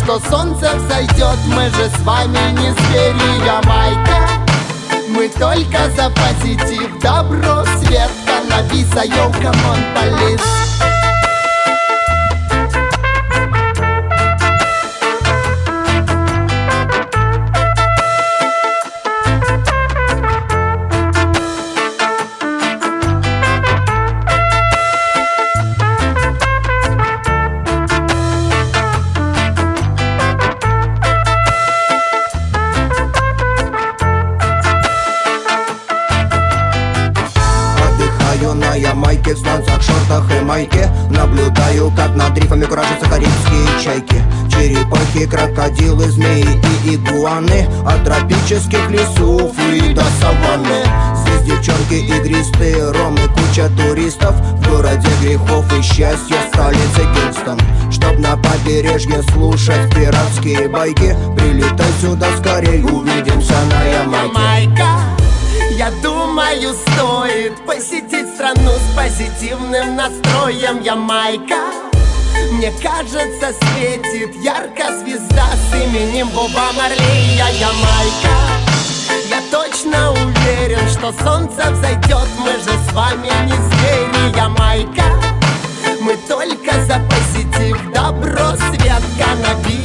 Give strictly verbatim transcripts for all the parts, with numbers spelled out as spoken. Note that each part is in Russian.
что солнце взойдет. Мы же с вами не звери, Ямайка. Мы только за позитив, добро, свет, каннабиса, йоу, камон, полис. На Ямайке, в сланцах, шортах и майке наблюдаю, как над рифами куражатся карибские чайки. Черепахи, крокодилы, змеи и игуаны, от тропических лесов и до саванны. Здесь девчонки игристые, ром и куча туристов. В городе грехов и счастья, столице Кингстон. Чтоб на побережье слушать пиратские байки, прилетай сюда скорей, увидимся на Ямайке. Ямайка. Я думаю, стоит посетить страну с позитивным настроем. Ямайка, мне кажется, светит ярко звезда с именем Боба Марлея. Ямайка, я точно уверен, что солнце взойдет. Мы же с вами не звери, Ямайка. Мы только за позитив, добро, свет, каннабис.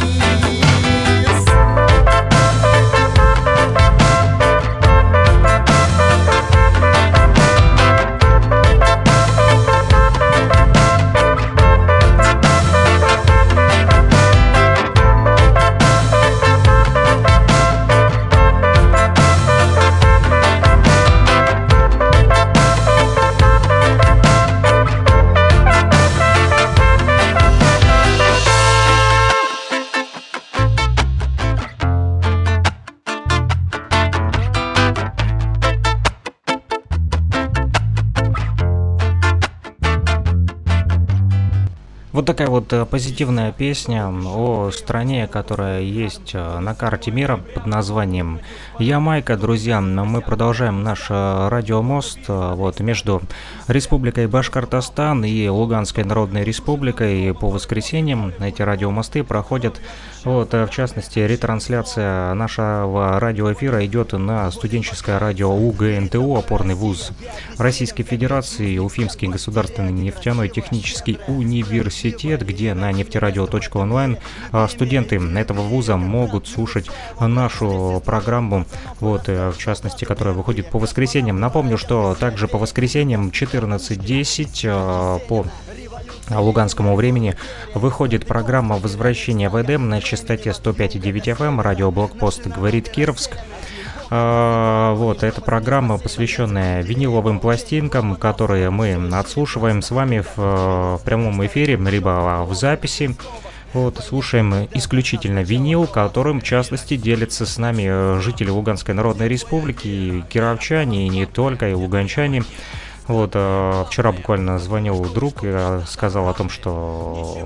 Вот такая вот позитивная песня о стране, которая есть на карте мира под названием Ямайка. Друзья, мы продолжаем наш радиомост вот, между Республикой Башкортостан и Луганской Народной Республикой. По воскресеньям эти радиомосты проходят. Вот, в частности, ретрансляция нашего радиоэфира идет на студенческое радио УГНТУ, опорный вуз Российской Федерации, Уфимский государственный нефтяной технический университет, где на нефтерадио точка онлайн студенты этого вуза могут слушать нашу программу, вот, в частности, которая выходит по воскресеньям. Напомню, что также по воскресеньям четырнадцать десять по луганскому времени выходит программа «Возвращение в Эдем» на частоте сто пять и девять эф эм, радиоблокпост «Говорит Кировск». Вот, это программа, посвященная виниловым пластинкам, которые мы отслушиваем с вами в, в прямом эфире, либо в записи. Вот, слушаем исключительно винил, которым, в частности, делятся с нами жители Луганской Народной Республики, и кировчане, и не только, и луганчане. Вот, э, вчера буквально звонил друг и э, сказал о том, что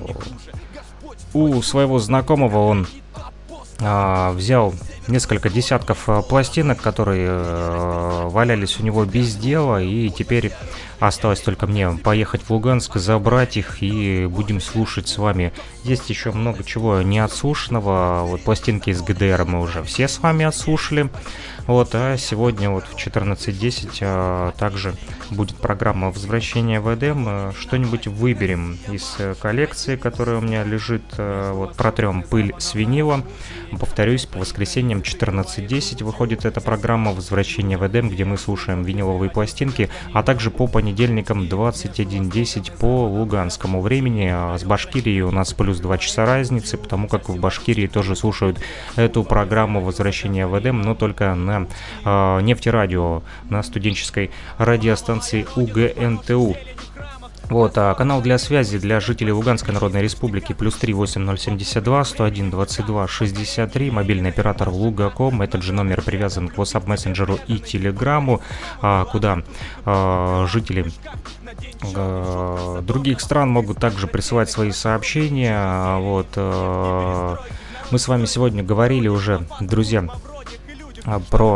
у своего знакомого он э, взял несколько десятков э, пластинок, которые э, валялись у него без дела, и теперь осталось только мне поехать в Луганск, забрать их, и будем слушать с вами. Есть еще много чего не отслушанного. Вот пластинки из гэ дэ эр мы уже все с вами отслушали. Вот, а сегодня вот в четырнадцать десять а, также будет программа «Возвращение в Эдем». Что-нибудь выберем из коллекции, которая у меня лежит. А, вот, протрем пыль с винила. Повторюсь, по воскресеньям четырнадцать десять выходит эта программа «Возвращение в Эдем», где мы слушаем виниловые пластинки, а также по понедельникам двадцать один десять по луганскому времени. А с Башкирией у нас плюс два часа разницы, потому как в Башкирии тоже слушают эту программу «Возвращение в Эдем», но только на на э, нефтерадио, на студенческой радиостанции УГНТУ. Вот, а канал для связи для жителей Луганской Народной Республики плюс три восемь ноль семьдесят два сто один двадцать два шестьдесят три, мобильный оператор Лугаком. Этот же номер привязан к WhatsApp мессенджеру и Телеграму, а, куда а, жители а, других стран могут также присылать свои сообщения. Вот, а, мы с вами сегодня говорили уже, друзья, про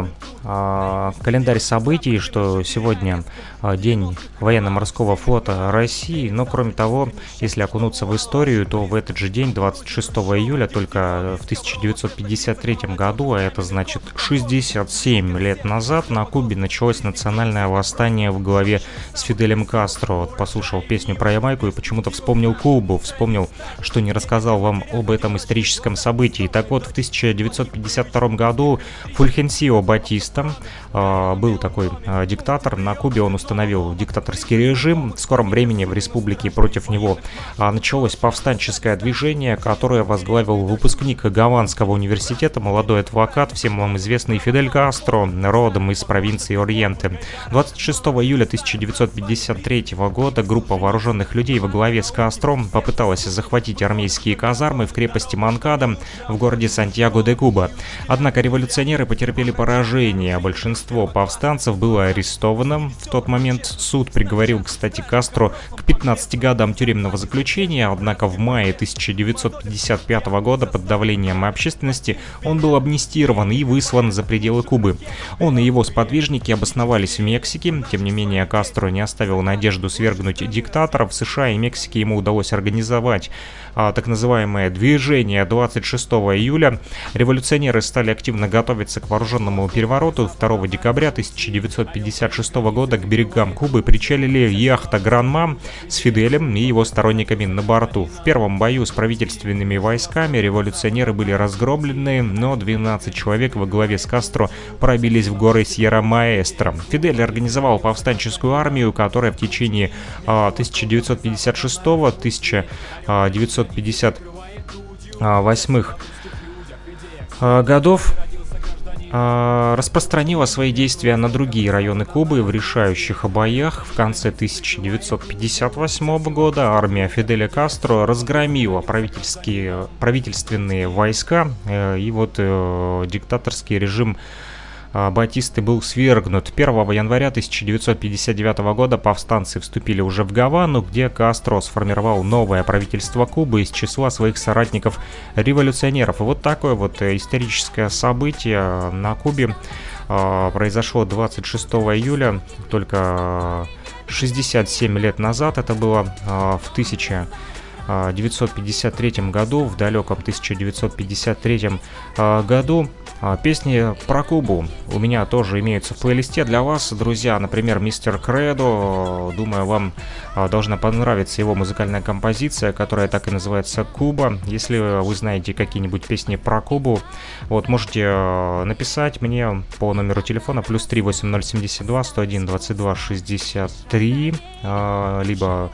э, календарь событий, что сегодня э, день военно-морского флота России, но кроме того, если окунуться в историю, то в этот же день, двадцать шестого июля, только в тысяча девятьсот пятьдесят третьем году, а это значит шестьдесят семь лет назад, на Кубе началось национальное восстание в главе с Фиделем Кастро. Вот послушал песню про Ямайку и почему-то вспомнил Кубу, вспомнил, что не рассказал вам об этом историческом событии. Так вот, в тысяча девятьсот пятьдесят втором году Фульхенсио Батиста, э, был такой э, диктатор, на Кубе он установил диктаторский режим. В скором времени в республике против него э, началось повстанческое движение, которое возглавил выпускник Гаванского университета, молодой адвокат, всем вам известный Фидель Кастро, родом из провинции Ориенте. двадцать шестого июля тысяча девятьсот пятьдесят третьего года группа вооруженных людей во главе с Кастро попыталась захватить армейские казармы в крепости Манкадо в городе Сантьяго-де-Куба. Однако революционеры потерпели поражение, а большинство повстанцев было арестовано. В тот момент суд приговорил, кстати, Кастро к пятнадцати годам тюремного заключения, однако в мае тысяча девятьсот пятьдесят пятого года под давлением общественности он был амнистирован и выслан за пределы Кубы. Он и его сподвижники обосновались в Мексике. Тем не менее, Кастро не оставил надежду свергнуть диктатора. В США и Мексике ему удалось организовать а, так называемое движение двадцать шестого июля. Революционеры стали активно готовиться к вооруженному перевороту. второго декабря тысяча девятьсот пятьдесят шестого года к берегам Кубы причалили яхта «Гранма» с Фиделем и его сторонниками на борту. В первом бою с правительственными войсками революционеры были разгромлены, но двенадцать человек во главе с Кастро пробились в горы Сьерра-Маэстро. Фидель организовал повстанческую армию, которая в течение а, тысяча девятьсот пятьдесят шестого — тысяча девятьсот пятьдесят восьмого а, годов распространила свои действия на другие районы Кубы. В решающих боях в конце тысяча девятьсот пятьдесят восьмого года армия Фиделя Кастро разгромила правительские, правительственные войска, и вот э, диктаторский режим Батисты был свергнут. первого января тысяча девятьсот пятьдесят девятого года повстанцы вступили уже в Гавану, где Кастро сформировал новое правительство Кубы из числа своих соратников-революционеров. И вот такое вот историческое событие на Кубе э, произошло двадцать шестого июля, только шестьдесят семь лет назад. Это было э, в тысяча девятьсот пятьдесят третьем году, в далеком тысяча девятьсот пятьдесят третьем э, году. Песни про Кубу у меня тоже имеются в плейлисте для вас, друзья. Например, Мистер Кредо. Думаю, вам должна понравиться его музыкальная композиция, которая так и называется «Куба». Если вы знаете какие-нибудь песни про Кубу, вот можете написать мне по номеру телефона плюс три восемь ноль семь два сто один двадцать два шестьдесят три, либо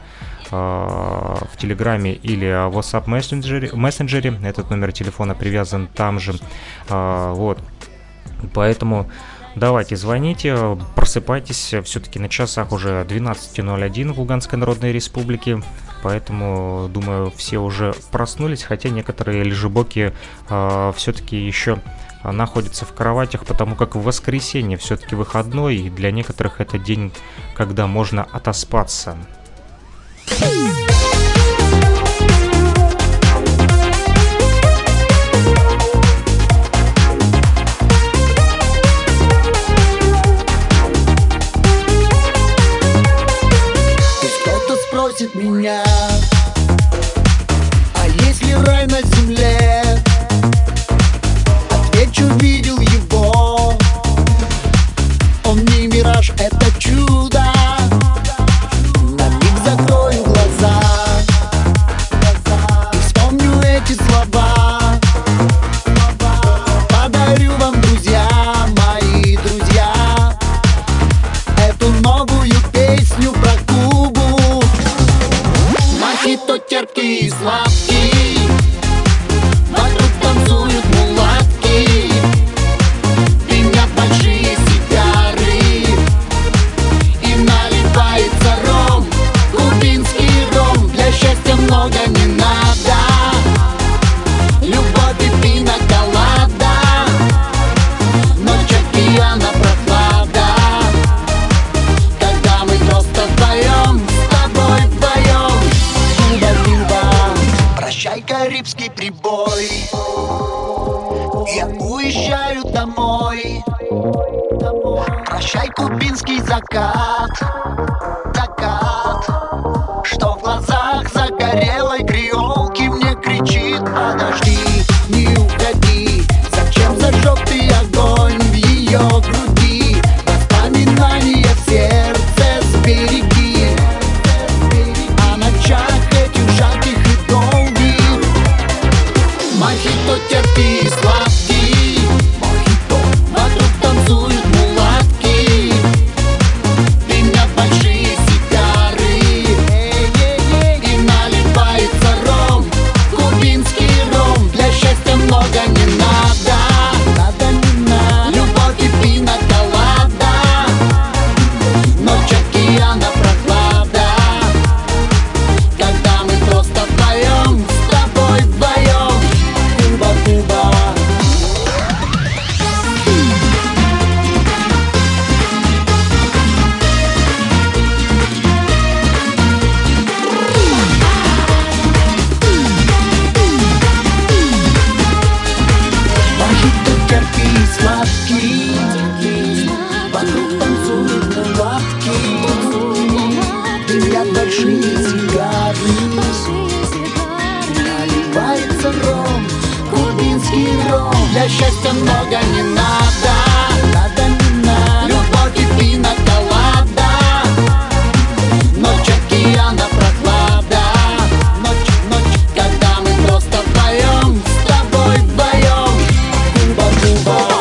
в Телеграме или в WhatsApp мессенджере, мессенджере. Этот номер телефона привязан там же. Вот. Поэтому давайте звоните, просыпайтесь. Все-таки на часах уже двенадцать ноль один в Луганской Народной Республике. Поэтому, думаю, все уже проснулись, хотя некоторые лежебоки все-таки еще находятся в кроватях, потому как в воскресенье все-таки выходной, и для некоторых это день, когда можно отоспаться. Пусть кто-то спросит меня, а есть ли рай на земле? Отвечу, видел его. Он не мираж, это чудо. Закрою глаза и вспомню эти слова. Подарю вам, друзья, мои друзья, эту новую песню про Кубу. Мохито терпкий и сладкий, вокруг танцуют мулатки, дымят большие сигары и наливается ром. Кубинский ром, для счастья много не надо. Любовь и пина-колада, ночь океана прохлада. Когда мы просто вдвоем, с тобой вдвоем. Куба-Люба, прощай, карибский прибой. Я уезжаю домой. Прощай, кубинский закат, закат, что в глазах загорелой креолки мне кричит: подожди, не уходи, зачем зажег ты огонь в ее груди? Воспоминания в сердце сбереги, о ночах этих жарких и долгих. Мохито терпи, сладкий, мохито, вокруг танцуют мулатки, дымят большие сигары, и наливается ром, кубинский ром. Для счастья много не надо, надо не надо, любовь и пина колада, ночь океана прохлада, когда мы просто вдвоем, с тобой вдвоем, Куба-Куба. Мохито терпи, сладкий, вокруг танцуют мулатки, дымят большие сигары, наливается ром, кубинский ром. Для счастья много не надо, надо не надо, любовь и пина колада, ночь океана прохлада, ночь, ночь, когда мы просто вдвоем, с тобой вдвоем, Куба-Куба.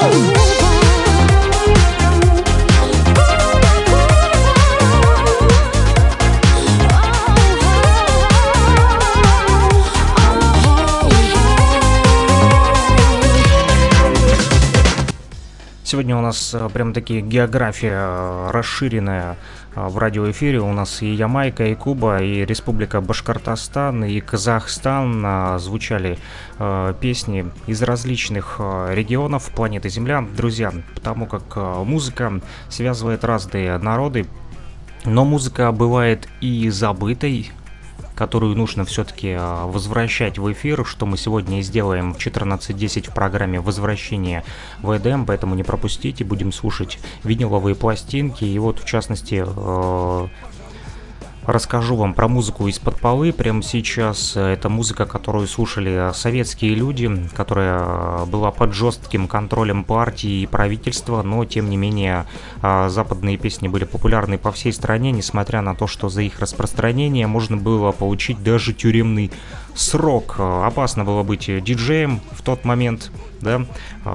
Сегодня у нас э, прям таки география э, расширенная э, в радиоэфире. У нас и Ямайка, и Куба, и Республика Башкортостан, и Казахстан. Э, звучали э, песни из различных э, регионов планеты Земля. Друзья, потому как э, музыка связывает разные народы, но музыка бывает и забытой, которую нужно все-таки возвращать в эфир, что мы сегодня и сделаем в четырнадцать десять в программе «Возвращение в ЭДМ», поэтому не пропустите, будем слушать виниловые пластинки, и вот в частности э, расскажу вам про музыку из-под полы. Прямо сейчас это музыка, которую слушали советские люди, которая была под жестким контролем партии и правительства, но тем не менее западные песни были популярны по всей стране, несмотря на то, что за их распространение можно было получить даже тюремный срок. Опасно было быть диджеем в тот момент, да.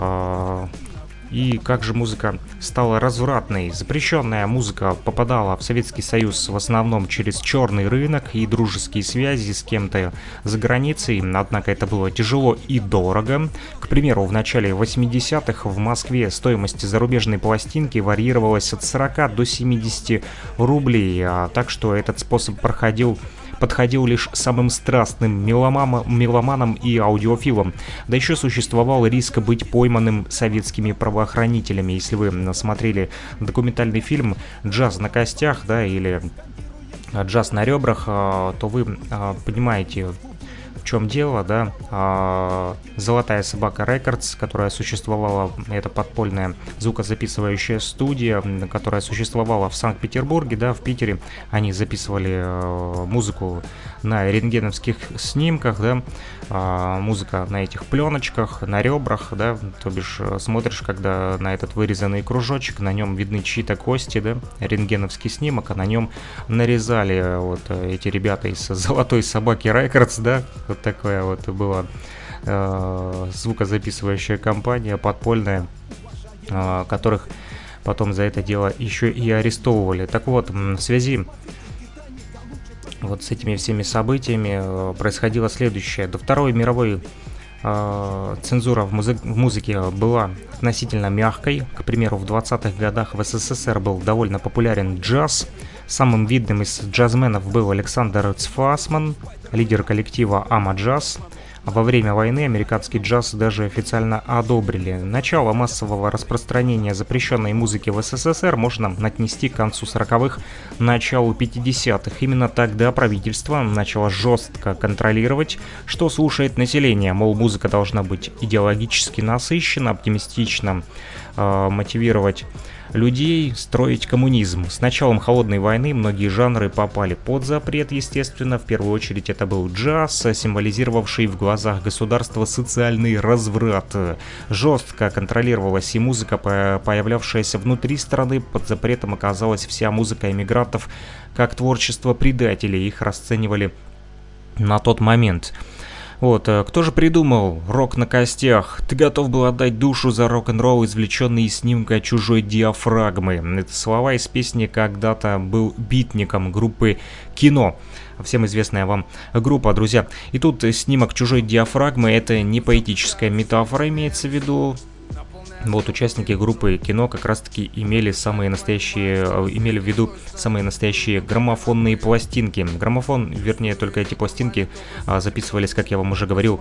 И как же музыка стала развратной. Запрещенная музыка попадала в Советский Союз в основном через черный рынок и дружеские связи с кем-то за границей, однако это было тяжело и дорого. К примеру, в начале восьмидесятых в Москве стоимость зарубежной пластинки варьировалась от сорока до семидесяти рублей, а так что этот способ проходил подходил лишь самым страстным меломам, меломанам и аудиофилам. Да еще существовал риск быть пойманным советскими правоохранителями. Если вы смотрели документальный фильм «Джаз на костях», да, или «Джаз на ребрах», то вы понимаете, в чем дело, да. «Золотая собака Рекордс», которая существовала, это подпольная звукозаписывающая студия, которая существовала в Санкт-Петербурге, да, в Питере. Они записывали музыку на рентгеновских снимках, да, музыка на этих пленочках, на ребрах, да, то бишь смотришь, когда на этот вырезанный кружочек, на нем видны чьи-то кости, да, рентгеновский снимок, а на нем нарезали вот эти ребята из «Золотой собаки Рекордс», да, вот такая вот была э, звукозаписывающая компания подпольная, э, которых потом за это дело еще и арестовывали. Так вот, в связи вот с этими всеми событиями э, происходило следующее. До Второй мировой э, цензура в, музы- в музыке была относительно мягкой. К примеру, в двадцатых годах в СССР был довольно популярен джаз. Самым видным из джазменов был Александр Цфасман, лидер коллектива «Ама-джаз». Во время войны американский джаз даже официально одобрили. Начало массового распространения запрещенной музыки в СССР можно отнести к концу сороковых, началу пятидесятых. Именно тогда правительство начало жестко контролировать, что слушает население. Мол, музыка должна быть идеологически насыщена, оптимистично э, мотивировать людей строить коммунизм. С началом холодной войны многие жанры попали под запрет, естественно. В первую очередь это был джаз, символизировавший в глазах государства социальный разврат. Жестко контролировалась и музыка, появлявшаяся внутри страны. Под запретом оказалась вся музыка эмигрантов, как творчество предателей. Их расценивали на тот момент. Вот, кто же придумал рок на костях? Ты готов был отдать душу за рок-н-ролл, извлеченный из снимка чужой диафрагмы. Это слова из песни «Когда-то был битником» группы «Кино». Всем известная вам группа, друзья. И тут снимок чужой диафрагмы — это не поэтическая метафора, имеется в виду. Вот участники группы «Кино» как раз-таки имели самые настоящие, имели в виду самые настоящие граммофонные пластинки. Граммофон, вернее, только эти пластинки записывались, как я вам уже говорил,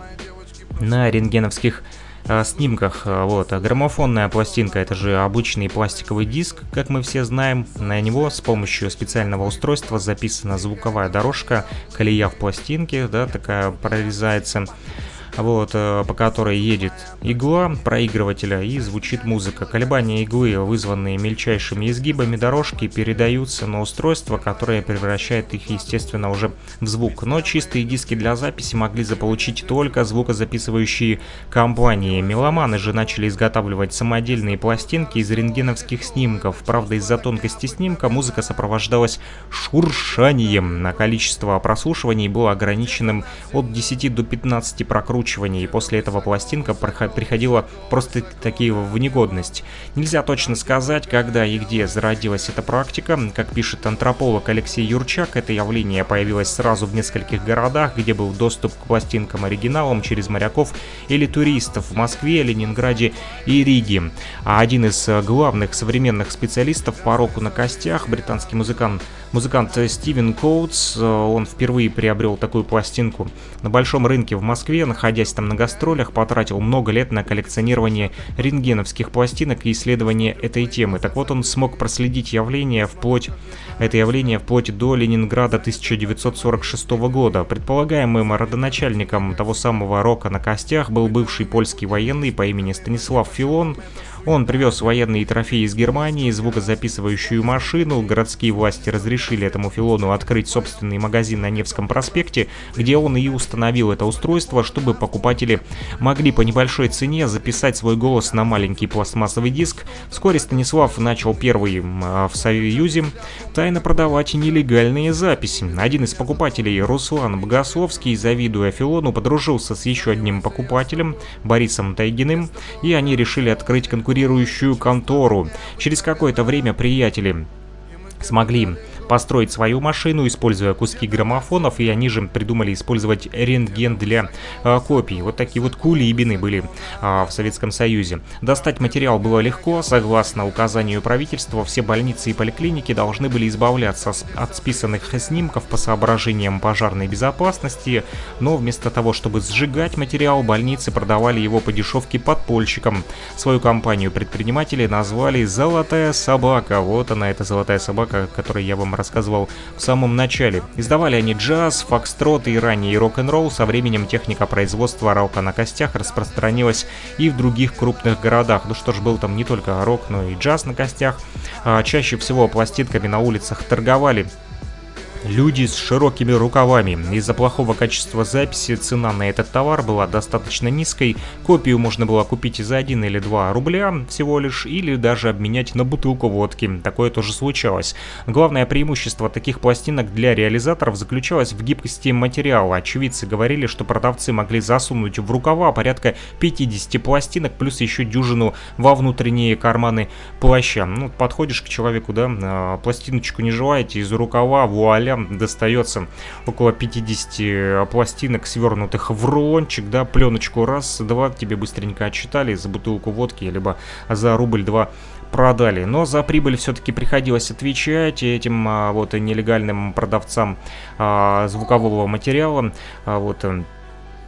на рентгеновских снимках. Вот. А граммофонная пластинка — это же обычный пластиковый диск, как мы все знаем. На него с помощью специального устройства записана звуковая дорожка, колея в пластинке, да, такая прорезается, вот, по которой едет игла проигрывателя и звучит музыка. Колебания иглы, вызванные мельчайшими изгибами дорожки, передаются на устройство, которое превращает их, естественно, уже в звук. Но чистые диски для записи могли заполучить только звукозаписывающие компании. Меломаны же начали изготавливать самодельные пластинки из рентгеновских снимков. Правда, из-за тонкости снимка музыка сопровождалась шуршанием, а количество прослушиваний было ограниченным от десяти до пятнадцати прокручиваний. И после этого пластинка приходила просто таки в негодность. Нельзя точно сказать, когда и где зародилась эта практика. Как пишет антрополог Алексей Юрчак, это явление появилось сразу в нескольких городах, где был доступ к пластинкам-оригиналам через моряков или туристов: в Москве, Ленинграде и Риге. А один из главных современных специалистов по року на костях, британский музыкант, музыкант Стивен Коутс, он впервые приобрел такую пластинку на большом рынке в Москве, находясь там на гастролях, потратил много лет на коллекционирование рентгеновских пластинок и исследование этой темы. Так вот, он смог проследить явление вплоть, это явление вплоть до Ленинграда тысяча девятьсот сорок шестого года. Предполагаемым родоначальником того самого рока на костях был бывший польский военный по имени Станислав Филон. Он привез военные трофеи из Германии, звукозаписывающую машину. Городские власти разрешили этому Филону открыть собственный магазин на Невском проспекте, где он и установил это устройство, чтобы покупатели могли по небольшой цене записать свой голос на маленький пластмассовый диск. Вскоре Станислав начал первый в Союзе тайно продавать нелегальные записи. Один из покупателей, Руслан Богословский, завидуя Филону, подружился с еще одним покупателем, Борисом Тайгиным, и они решили открыть конкурентную контору. Через какое-то время приятели смогли построить свою машину, используя куски граммофонов, и они же придумали использовать рентген для а, копий. Вот такие вот кулибины были а, в Советском Союзе. Достать материал было легко. Согласно указанию правительства, все больницы и поликлиники должны были избавляться от списанных снимков по соображениям пожарной безопасности, но вместо того, чтобы сжигать материал, больницы продавали его по дешевке подпольщикам. Свою компанию предприниматели назвали «Золотая собака». Вот она, эта золотая собака, о которой я вам рассказывал в самом начале. Издавали они джаз, фокстрот и ранний рок-н-ролл. Со временем техника производства рока на костях распространилась и в других крупных городах. Ну что ж, был там не только рок, но и джаз на костях. А чаще всего пластинками на улицах торговали люди с широкими рукавами. Из-за плохого качества записи цена на этот товар была достаточно низкой. Копию можно было купить за один или два рубля всего лишь, или даже обменять на бутылку водки. Такое тоже случалось. Главное преимущество таких пластинок для реализаторов заключалось в гибкости материала. Очевидцы говорили, что продавцы могли засунуть в рукава порядка пятидесяти пластинок, плюс еще дюжину во внутренние карманы плаща. Ну, подходишь к человеку, да, пластиночку не желаете, из рукава, вуаля, достается около пятидесяти пластинок, свернутых в рулончик, да, пленочку раз, два, тебе быстренько отчитали за бутылку водки, либо за рубль-два продали. Но за прибыль все-таки приходилось отвечать этим а, вот нелегальным продавцам а, звукового материала. А, вот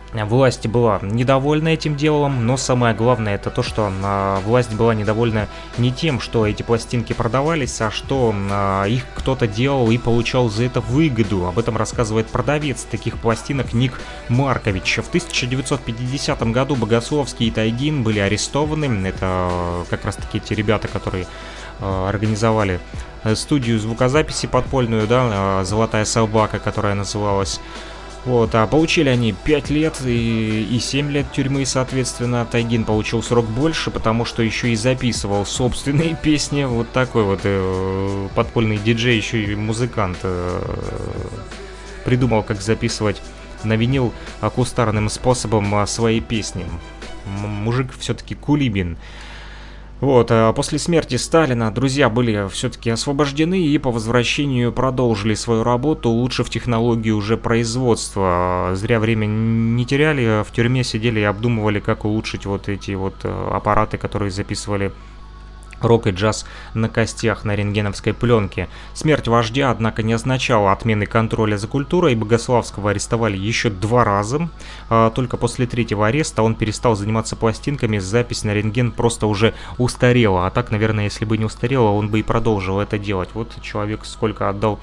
Власть была недовольна этим делом, но самое главное это то, что э, власть была недовольна не тем, что эти пластинки продавались, а что э, их кто-то делал и получал за это выгоду. Об этом рассказывает продавец таких пластинок Ник Маркович. В тысяча девятьсот пятидесятом году Богословский и Тайгин были арестованы. Это э, как раз таки те ребята, которые э, организовали студию звукозаписи подпольную, да, э, «Золотая собака», которая называлась. Вот, а получили они пять лет и, и семь лет тюрьмы, соответственно. Тайгин получил срок больше, потому что еще и записывал собственные песни. Вот такой вот э, подпольный диджей, еще и музыкант. Э, придумал, как записывать на винил кустарным способом свои песни. М- мужик все-таки кулибин. Вот, а после смерти Сталина друзья были все-таки освобождены и по возвращению продолжили свою работу, улучшив технологию уже производства. Зря время не теряли, в тюрьме сидели и обдумывали, как улучшить вот эти вот аппараты, которые записывали рок и джаз на костях на рентгеновской пленке. Смерть вождя, однако, не означала отмены контроля за культурой. Богославского арестовали еще два раза. А, только после третьего ареста он перестал заниматься пластинками. Запись на рентген просто уже устарела. А так, наверное, если бы не устарела, он бы и продолжил это делать. Вот человек сколько отдал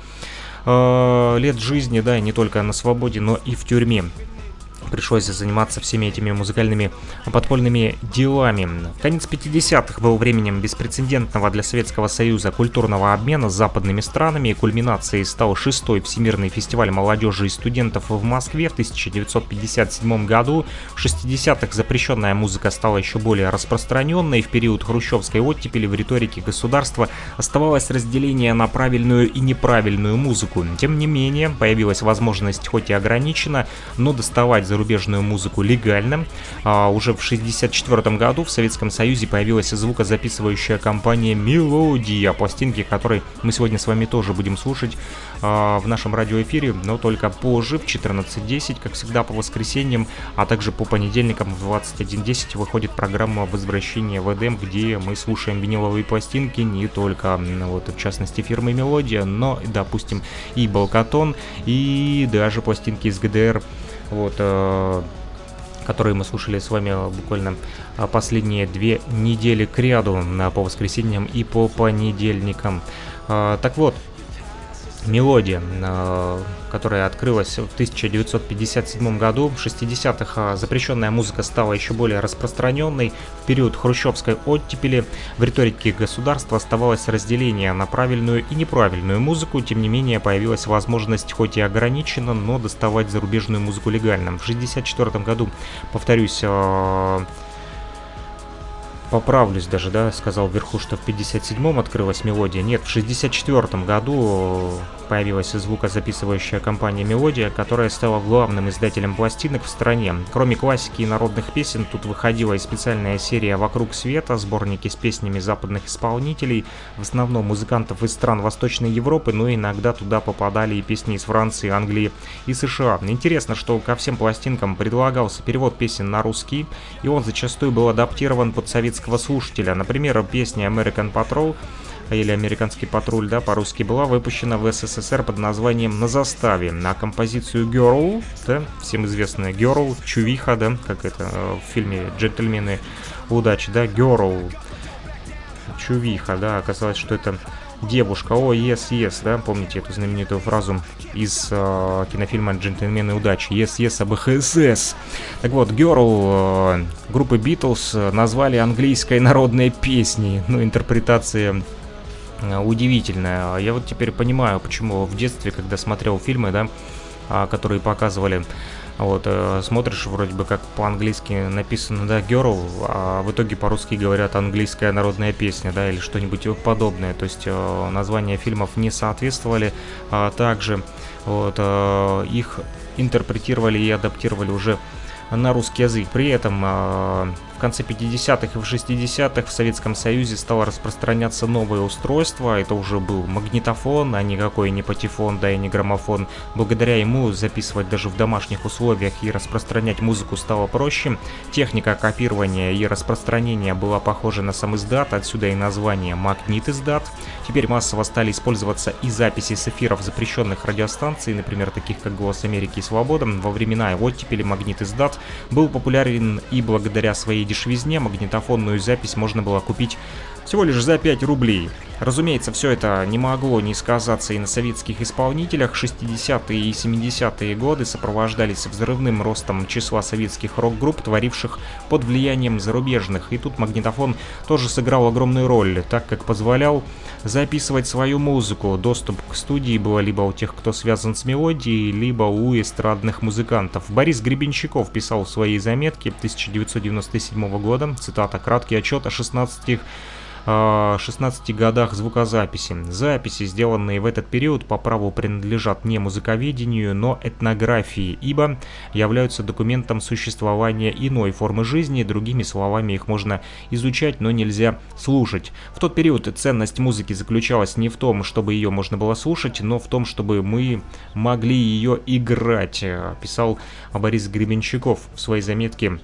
э, лет жизни, да, не только на свободе, но и в тюрьме. Пришлось заниматься всеми этими музыкальными подпольными делами. Конец пятидесятых был временем беспрецедентного для Советского Союза культурного обмена с западными странами. Кульминацией стал шестой Всемирный фестиваль молодежи и студентов в Москве в тысяча девятьсот пятьдесят седьмом году. В шестидесятых запрещенная музыка стала еще более распространенной. В период хрущевской оттепели в риторике государства оставалось разделение на правильную и неправильную музыку. Тем не менее, появилась возможность, хоть и ограничена, но доставать за зарубежную музыку легально. А, уже в шестьдесят четвёртом году в Советском Союзе появилась звукозаписывающая компания «Мелодия», пластинки которой мы сегодня с вами тоже будем слушать а, в нашем радиоэфире, но только позже, в четырнадцать десять, как всегда по воскресеньям, а также по понедельникам в двадцать один десять выходит программа «Возвращение в Эдем», где мы слушаем виниловые пластинки не только, вот, в частности, фирмы «Мелодия», но, допустим, и «Балкатон», и даже пластинки из ГДР, вот, э, которые мы слушали с вами буквально последние две недели кряду э, по воскресеньям и по понедельникам. Э, так вот, «Мелодия», э, которая открылась в тысяча девятьсот пятьдесят седьмом году. В шестидесятых э, запрещенная музыка стала еще более распространенной. В период хрущевской оттепели в риторике государства оставалось разделение на правильную и неправильную музыку. Тем не менее, появилась возможность, хоть и ограничена, но доставать зарубежную музыку легально. В шестьдесят четвёртом году, повторюсь, э, поправлюсь даже, да, сказал вверху, что в пятьдесят седьмом открылась «Мелодия». Нет, в шестьдесят четвёртом году появилась звукозаписывающая компания «Мелодия», которая стала главным издателем пластинок в стране. Кроме классики и народных песен, тут выходила и специальная серия «Вокруг света», сборники с песнями западных исполнителей, в основном музыкантов из стран Восточной Европы, но иногда туда попадали и песни из Франции, Англии и США. Интересно, что ко всем пластинкам предлагался перевод песен на русский, и он зачастую был адаптирован под советского слушателя. Например, песня «American Patrol» или «Американский патруль», да, по-русски, была выпущена в СССР под названием «На заставе», а композицию «Girl», да, всем известная «Girl», «Чувиха», да, как это в фильме «Джентльмены удачи», да, «Girl», «Чувиха», да, оказалось, что это девушка. О, yes, yes, да, помните эту знаменитую фразу из э, кинофильма «Джентльмены удачи»? Yes, yes, АБХСС. Так вот, Girl э, группы Beatles назвали английской народной песней. Ну, интерпретация э, удивительная. Я вот теперь понимаю, почему в детстве, когда смотрел фильмы, да, э, которые показывали, вот, э, смотришь, вроде бы как по-английски написано, да, girl, а в итоге по-русски говорят английская народная песня, да, или что-нибудь подобное. То есть э, названия фильмов не соответствовали. А также вот, э, их интерпретировали и адаптировали уже на русский язык. При этом э, в конце пятидесятых и в шестидесятых в Советском Союзе стало распространяться новое устройство. Это уже был магнитофон, а никакой не патефон, да и не граммофон. Благодаря ему записывать даже в домашних условиях и распространять музыку стало проще. Техника копирования и распространения была похожа на сам издат, отсюда и название магнит-издат. Теперь массово стали использоваться и записи с эфиров запрещенных радиостанций, например, таких как «Голос Америки» и «Свобода». Во времена оттепели магнит-издат был популярен и благодаря своей дешевизне магнитофонную запись можно было купить всего лишь за пять рублей. Разумеется, все это не могло не сказаться и на советских исполнителях. шестидесятые и семидесятые годы сопровождались взрывным ростом числа советских рок-групп, творивших под влиянием зарубежных. И тут магнитофон тоже сыграл огромную роль, так как позволял записывать свою музыку. Доступ к студии было либо у тех, кто связан с мелодией, либо у эстрадных музыкантов. Борис Гребенщиков писал в своей заметке тысяча девятьсот девяносто седьмого года, цитата, «Краткий отчет о шестнадцати шестнадцати годах звукозаписи. Записи, сделанные в этот период, по праву принадлежат не музыковедению, но этнографии, ибо являются документом существования иной формы жизни, другими словами, их можно изучать, но нельзя слушать. В тот период ценность музыки заключалась не в том, чтобы ее можно было слушать, но в том, чтобы мы могли ее играть», писал Борис Гребенщиков в своей заметке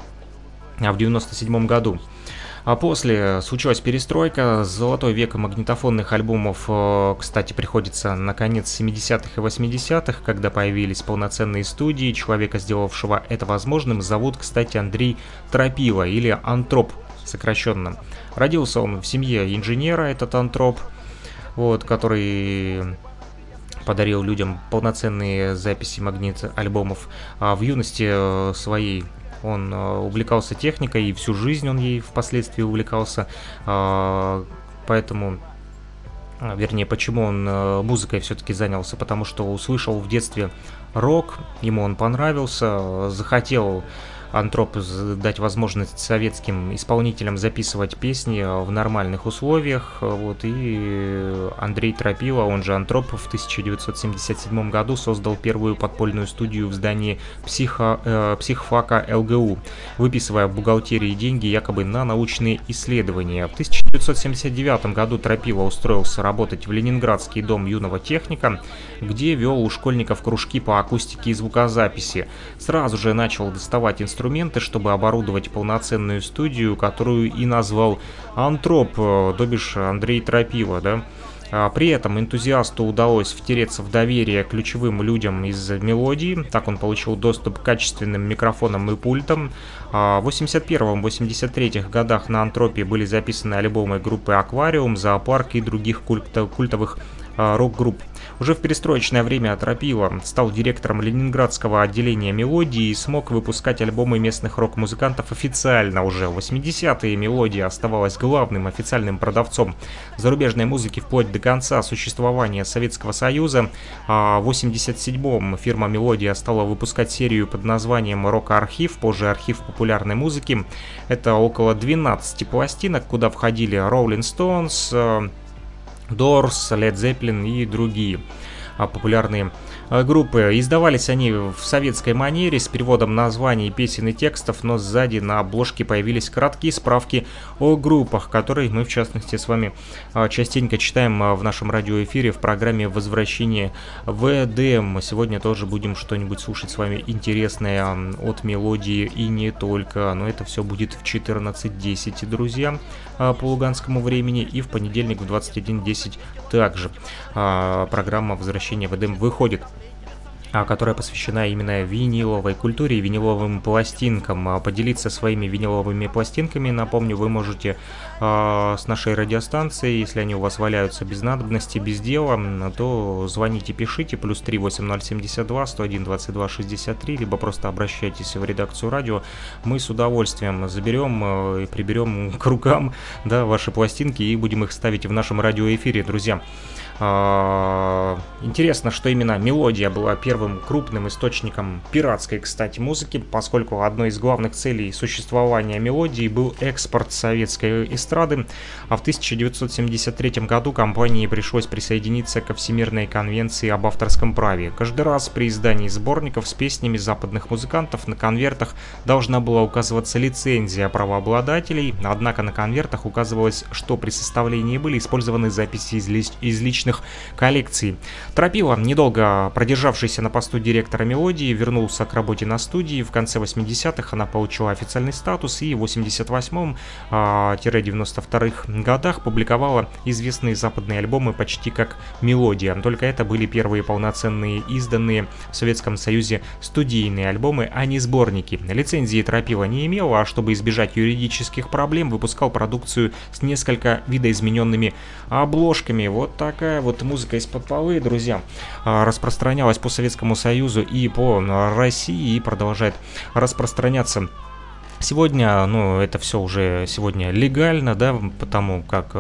в девяносто седьмом году. А после случилась перестройка, золотой век магнитофонных альбомов, кстати, приходится на конец семидесятых и восьмидесятых, когда появились полноценные студии. Человека, сделавшего это возможным, зовут, кстати, Андрей Тропила, или Антроп сокращенно. Родился он в семье инженера, этот Антроп, вот, который подарил людям полноценные записи магнит-альбомов. А в юности своей он увлекался техникой, и всю жизнь он ей впоследствии увлекался, поэтому, вернее, почему он музыкой все-таки занялся, потому что услышал в детстве рок, ему он понравился, захотел Антроп дать возможность советским исполнителям записывать песни в нормальных условиях. Вот, и Андрей Тропила, он же Антроп, в тысяча девятьсот семьдесят седьмом году создал первую подпольную студию в здании психо, э, психфака эл гэ у, выписывая в бухгалтерии деньги якобы на научные исследования. В тысяча девятьсот семьдесят девятом году Тропила устроился работать в Ленинградский дом юного техника, где вел у школьников кружки по акустике и звукозаписи. Сразу же начал доставать инструменты, инструменты, чтобы оборудовать полноценную студию, которую и назвал Антроп, то бишь Андрей Тропила, да. При этом энтузиасту удалось втереться в доверие ключевым людям из мелодии. Так он получил доступ к качественным микрофонам и пультам. В восемьдесят первом — восемьдесят третьем годах на Антропе были записаны альбомы группы «Аквариум», «Зоопарк» и других культовых рок-групп. Уже в перестроечное время Тропила стал директором ленинградского отделения мелодии и смог выпускать альбомы местных рок-музыкантов официально. Уже в восьмидесятые мелодия оставалась главным официальным продавцом зарубежной музыки вплоть до конца существования Советского Союза. А в восемьдесят седьмом фирма «Мелодия» стала выпускать серию под названием «Рок-архив», позже «Архив популярной музыки». Это около двенадцати пластинок, куда входили Rolling Stones, Doors, Led Zeppelin и другие популярные группы. Издавались они в советской манере с переводом названий, песен и текстов, но сзади на обложке появились краткие справки о группах, которые мы, в частности, с вами частенько читаем в нашем радиоэфире в программе «Возвращение в Эдем». Сегодня тоже будем что-нибудь слушать с вами интересное от мелодии и не только, но это все будет в четырнадцать десять, друзья, по луганскому времени, и в понедельник в двадцать один десять также программа «Возвращение в Эдем» выходит, которая посвящена именно виниловой культуре и виниловым пластинкам. Поделиться своими виниловыми пластинками, напомню, вы можете э, с нашей радиостанцией, если они у вас валяются без надобности, без дела, то звоните, пишите, плюс три восемь ноль семь два сто один двадцать два шестьдесят три, либо просто обращайтесь в редакцию радио, мы с удовольствием заберем э, и приберем к рукам, да, ваши пластинки и будем их ставить в нашем радиоэфире, друзья. Интересно, что именно мелодия была первым крупным источником пиратской, кстати, музыки, поскольку одной из главных целей существования мелодии был экспорт советской эстрады, а в тысяча девятьсот семьдесят третьем году компании пришлось присоединиться ко Всемирной конвенции об авторском праве. Каждый раз при издании сборников с песнями западных музыкантов на конвертах должна была указываться лицензия правообладателей, однако на конвертах указывалось, что при составлении были использованы записи из, ли... из личных коллекций. Тропила, недолго продержавшийся на посту директора мелодии, вернулся к работе на студии. В конце восьмидесятых она получила официальный статус и в восемьдесят восьмом — девяносто втором годах публиковала известные западные альбомы почти как мелодия. Только это были первые полноценные изданные в Советском Союзе студийные альбомы, а не сборники. Лицензии Тропила не имела, а чтобы избежать юридических проблем, выпускал продукцию с несколько видоизмененными обложками. Вот такая вот музыка из-под полы, друзья, распространялась по Советскому Союзу и по России и продолжает распространяться. Сегодня, ну, это все уже сегодня легально, да, потому как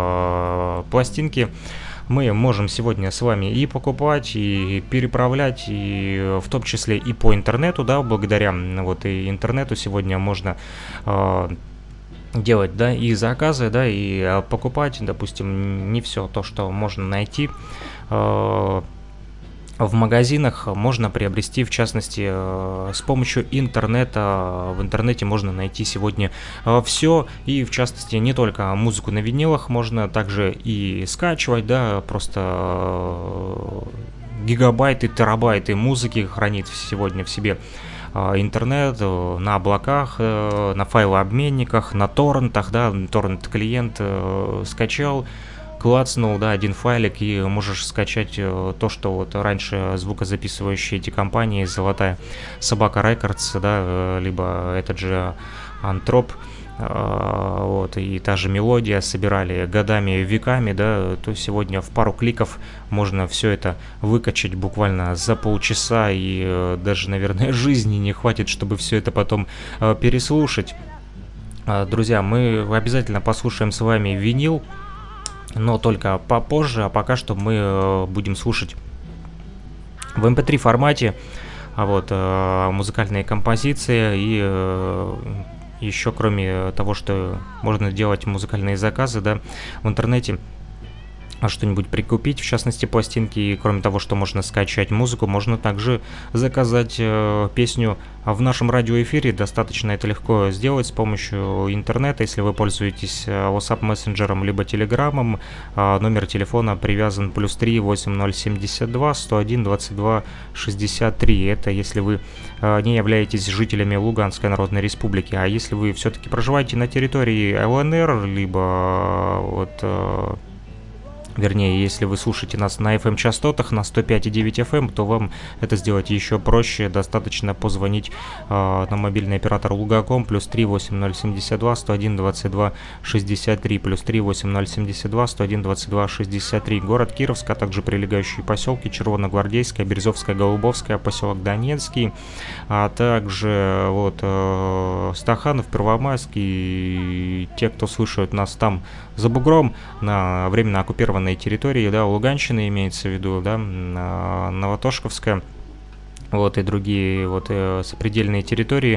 э, пластинки мы можем сегодня с вами и покупать, и переправлять, и в том числе и по интернету, да, благодаря вот и интернету сегодня можно э, делать, да, и заказы, да, и покупать, допустим, не все то, что можно найти э, в магазинах, можно приобрести, в частности, э, с помощью интернета. В интернете можно найти сегодня э, все, и в частности не только музыку на винилах, можно также и скачивать, да, просто э, гигабайты, терабайты музыки хранит сегодня в себе интернет, на облаках, на файлообменниках, на торрентах, да, торрент-клиент скачал, клацнул, да, один файлик, и можешь скачать то, что вот раньше звукозаписывающие эти компании, Золотая Собака Рекордс, да, либо этот же Антроп, вот, и та же мелодия собирали годами, веками, да, то сегодня в пару кликов можно все это выкачать буквально за полчаса, и даже, наверное, жизни не хватит, чтобы все это потом переслушать. Друзья, мы обязательно послушаем с вами винил, но только попозже, а пока что мы будем слушать в эм пэ три формате, вот, музыкальные композиции. И еще, кроме того, что можно делать музыкальные заказы, да, в интернете, что-нибудь прикупить, в частности пластинки, и кроме того, что можно скачать музыку, можно также заказать э, песню в нашем радиоэфире. Достаточно это легко сделать с помощью интернета, если вы пользуетесь WhatsApp мессенджером либо Телеграмом. Э, номер телефона привязан плюс три восемь ноль семьдесят два сто один двадцать два шестьдесят три. Это если вы э, не являетесь жителями Луганской Народной Республики, а если вы все-таки проживаете на территории эл эн эр, либо э, вот... Э, Вернее, если вы слушаете нас на эф эм-частотах, на сто пять и девять эф эм, то вам это сделать еще проще. Достаточно позвонить э, на мобильный оператор Лугаком, плюс три восемь ноль семьдесят два сто один двадцать два шестьдесят три, плюс три восемь ноль семьдесят два сто один двадцать два шестьдесят три. Город Кировск, а также прилегающие поселки Червоногвардейская, Березовская, Голубовская, поселок Донецкий, а также вот э, Стаханов, Первомайск, и те, кто слушают нас там за бугром, на временно оккупированной территории, да, Луганщины имеется в виду, да, Новотошковская, вот, и другие вот э, сопредельные территории.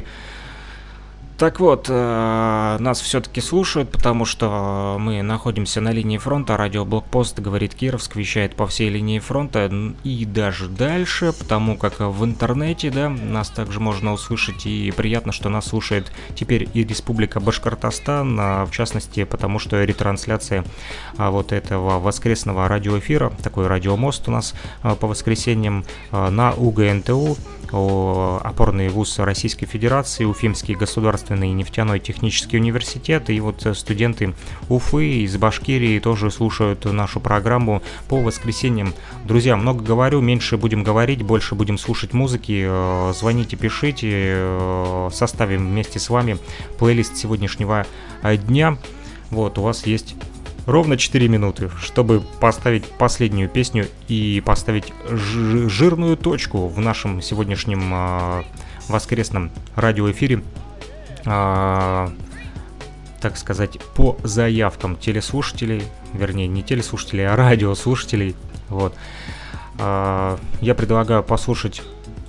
Так вот, э, нас все-таки слушают, потому что мы находимся на линии фронта. Радио Блокпост говорит Кировск, вещает по всей линии фронта и даже дальше, потому как в интернете, да, нас также можно услышать, и приятно, что нас слушает теперь и Республика Башкортостан, а в частности, потому что ретрансляция а, вот этого воскресного радиоэфира, такой радиомост у нас а, по воскресеньям а, на у гэ эн тэ у, опорный вуз Российской Федерации, Уфимский государственный нефтяной технический университет, и вот студенты Уфы из Башкирии тоже слушают нашу программу по воскресеньям. Друзья, много говорю, меньше будем говорить, больше будем слушать музыки. Звоните, пишите, составим вместе с вами плейлист сегодняшнего дня. Вот, у вас есть ровно четыре минуты, чтобы поставить последнюю песню и поставить ж- жирную точку в нашем сегодняшнем э, воскресном радиоэфире. Э, так сказать, по заявкам телеслушателей, вернее, не телеслушателей, а радиослушателей. Вот. Я предлагаю послушать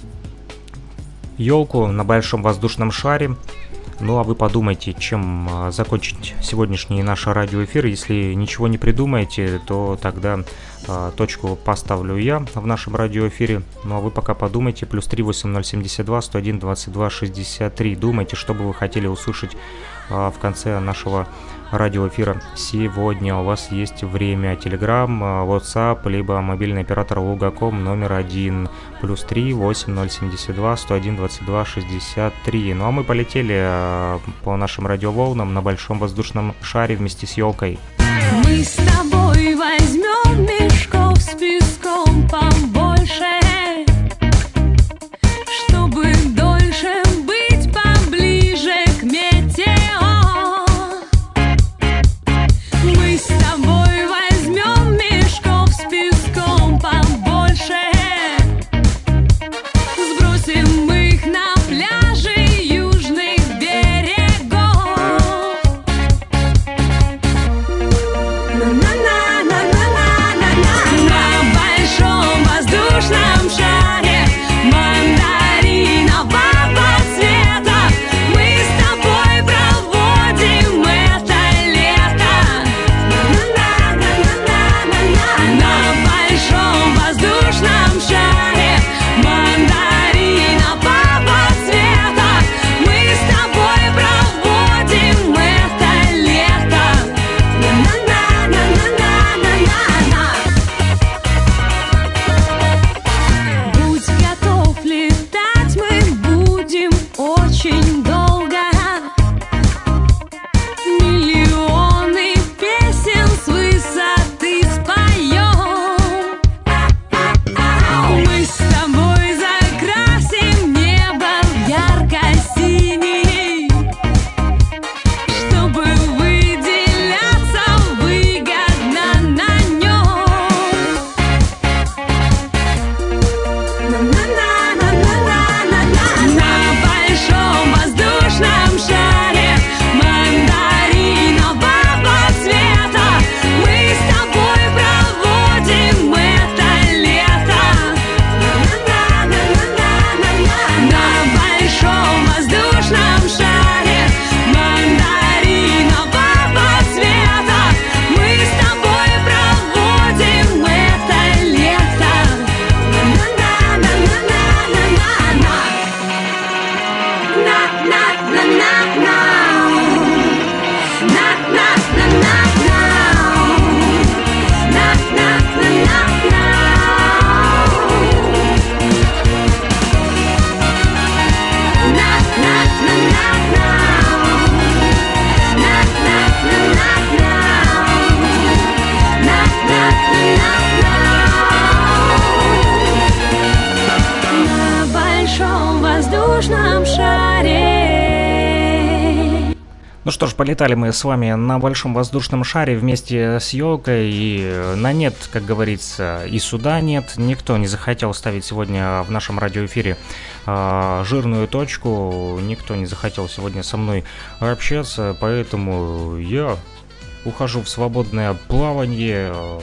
«Елку» на большом воздушном шаре. Ну а вы подумайте, чем закончить сегодняшний наш радиоэфир. Если ничего не придумаете, то тогда а, точку поставлю я в нашем радиоэфире. Ну а вы пока подумайте. Плюс три восемь ноль семь два сто один двадцать два шестьдесят три. Думайте, что бы вы хотели услышать а, в конце нашего радиоэфира сегодня. У вас есть время. Telegram, WhatsApp, либо мобильный оператор Лугаком номер один. Плюс три восемь ноль семь два сто один двадцать два шестьдесят три. Ну а мы полетели по нашим радиоволнам на большом воздушном шаре вместе с елкой. Мы с тобой возьмем мешков с песком побольше, чтобы дольше быть поближе к метео. Мы с тобой возьмем мешков с песком побольше, сбросим их на пляже южных берегов. На большом воздушном шаре мандаринового цвета мы с тобой проводим это лето. На большом воздушном шаре мандаринового цвета мы с тобой проводим это лето. Будь готов летать, мы будем очень долго. Миллионы песен с высоты споем. Мы с тобой закрасим небо в ярко-синий, чтобы выделяться выгодно на нем. На большом воздушном шаре мандаринового цвета мы с тобой проводим это лето. На большом воздушном шаре мандаринового цвета мы с тобой проводим это лето. На большом воздушном шаре. Ну что ж, полетали мы с вами на большом воздушном шаре вместе с елкой. И на нет, как говорится, и суда нет. Никто не захотел ставить сегодня в нашем радиоэфире э, жирную точку. Никто не захотел сегодня со мной общаться. Поэтому я ухожу в свободное плавание. Э,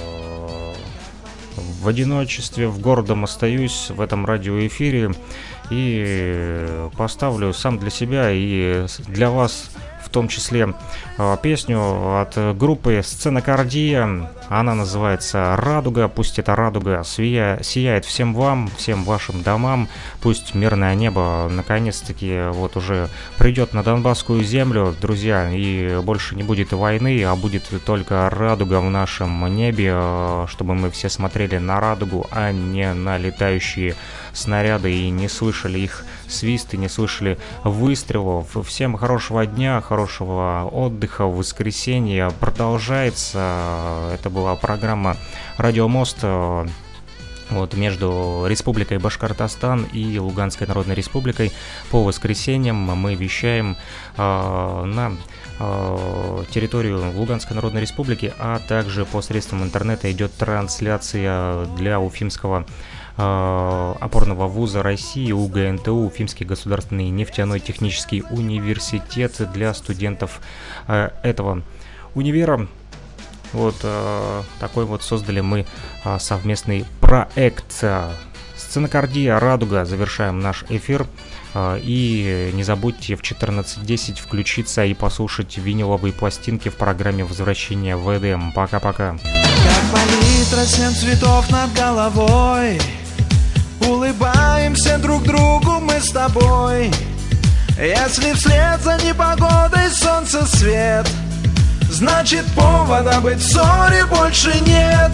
в одиночестве, в гордом остаюсь в этом радиоэфире. И поставлю сам для себя и для вас в том числе песню от группы «Сценокардия». Она называется «Радуга». Пусть эта радуга сияет всем вам, всем вашим домам. Пусть мирное небо наконец-таки вот уже придет на Донбасскую землю, друзья, и больше не будет войны, а будет только радуга в нашем небе, чтобы мы все смотрели на радугу, а не на летающие снаряды и не слышали их свист, и не слышали выстрелов. Всем хорошего дня, хорошего отдыха в воскресенье. Продолжается. Это была программа «Радио Мост». Вот, между Республикой Башкортостан и Луганской Народной Республикой. По воскресеньям мы вещаем э, на э, территорию Луганской Народной Республики, а также посредством интернета идет трансляция для Уфимского опорного вуза России УГНТУ, Уфимский государственный нефтяной технический университет, для студентов этого универа. Вот такой вот создали мы совместный проект. Сценокардия «Радуга». Завершаем наш эфир. И не забудьте в четырнадцать десять включиться и послушать виниловые пластинки в программе «Возвращение в Эдем». Пока-пока. Как палитра, семь цветов над головой, улыбаемся друг другу мы с тобой. Если вслед за непогодой солнце свет, значит повода быть в ссоре больше нет.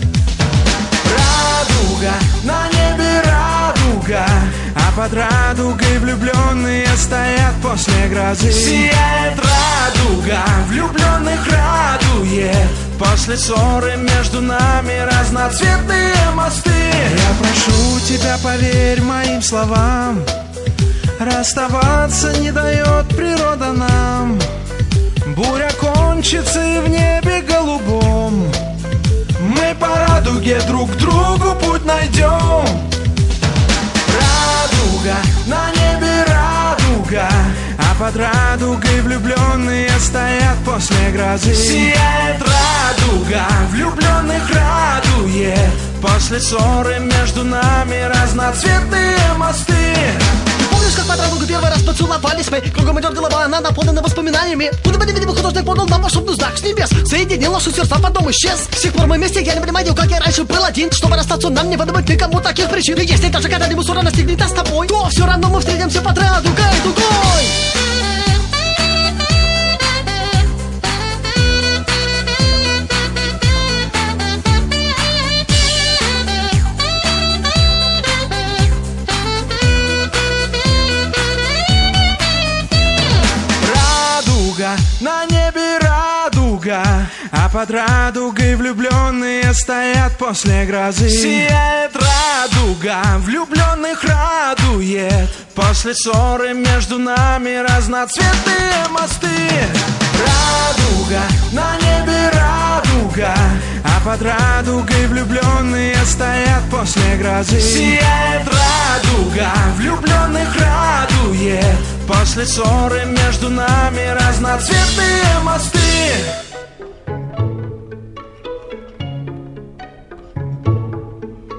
Радуга, на небе радуга, а под радугой влюбленные стоят после грозы. Сияет радуга, влюбленных радует, после ссоры между нами разноцветные мосты. Я прошу тебя, поверь моим словам, расставаться не дает природа нам. Буря кончится и в небе голубом мы по радуге друг к другу путь найдем. Радуга, на небе радуга, а под радугой влюбленные стоят после грозы. Сияет радуга, влюбленных радует, после ссоры между нами разноцветные мосты. Помнишь, как под радугой первый раз поцеловались мы? Кругом идет голова, она наполнена воспоминаниями. Будто бы невидимый художник подал нам волшебный знак с небес, соединил наши сердца, потом исчез. С тех пор мы вместе, я не понимаю, как я раньше был один. Чтобы расстаться, нам не выдумать никому таких причин. И если даже когда-нибудь ссора настигнет нас с тобой, то все равно мы встретимся под радугой дугой. На небе радуга, а под радугой влюбленные стоят после грозы. Сияет радуга, влюбленных радует, после ссоры между нами разноцветные мосты. Радуга, на небе радуга, а под радугой влюбленные стоят после грозы. Сияет радуга, влюбленных радует, после ссоры между нами разноцветные мосты.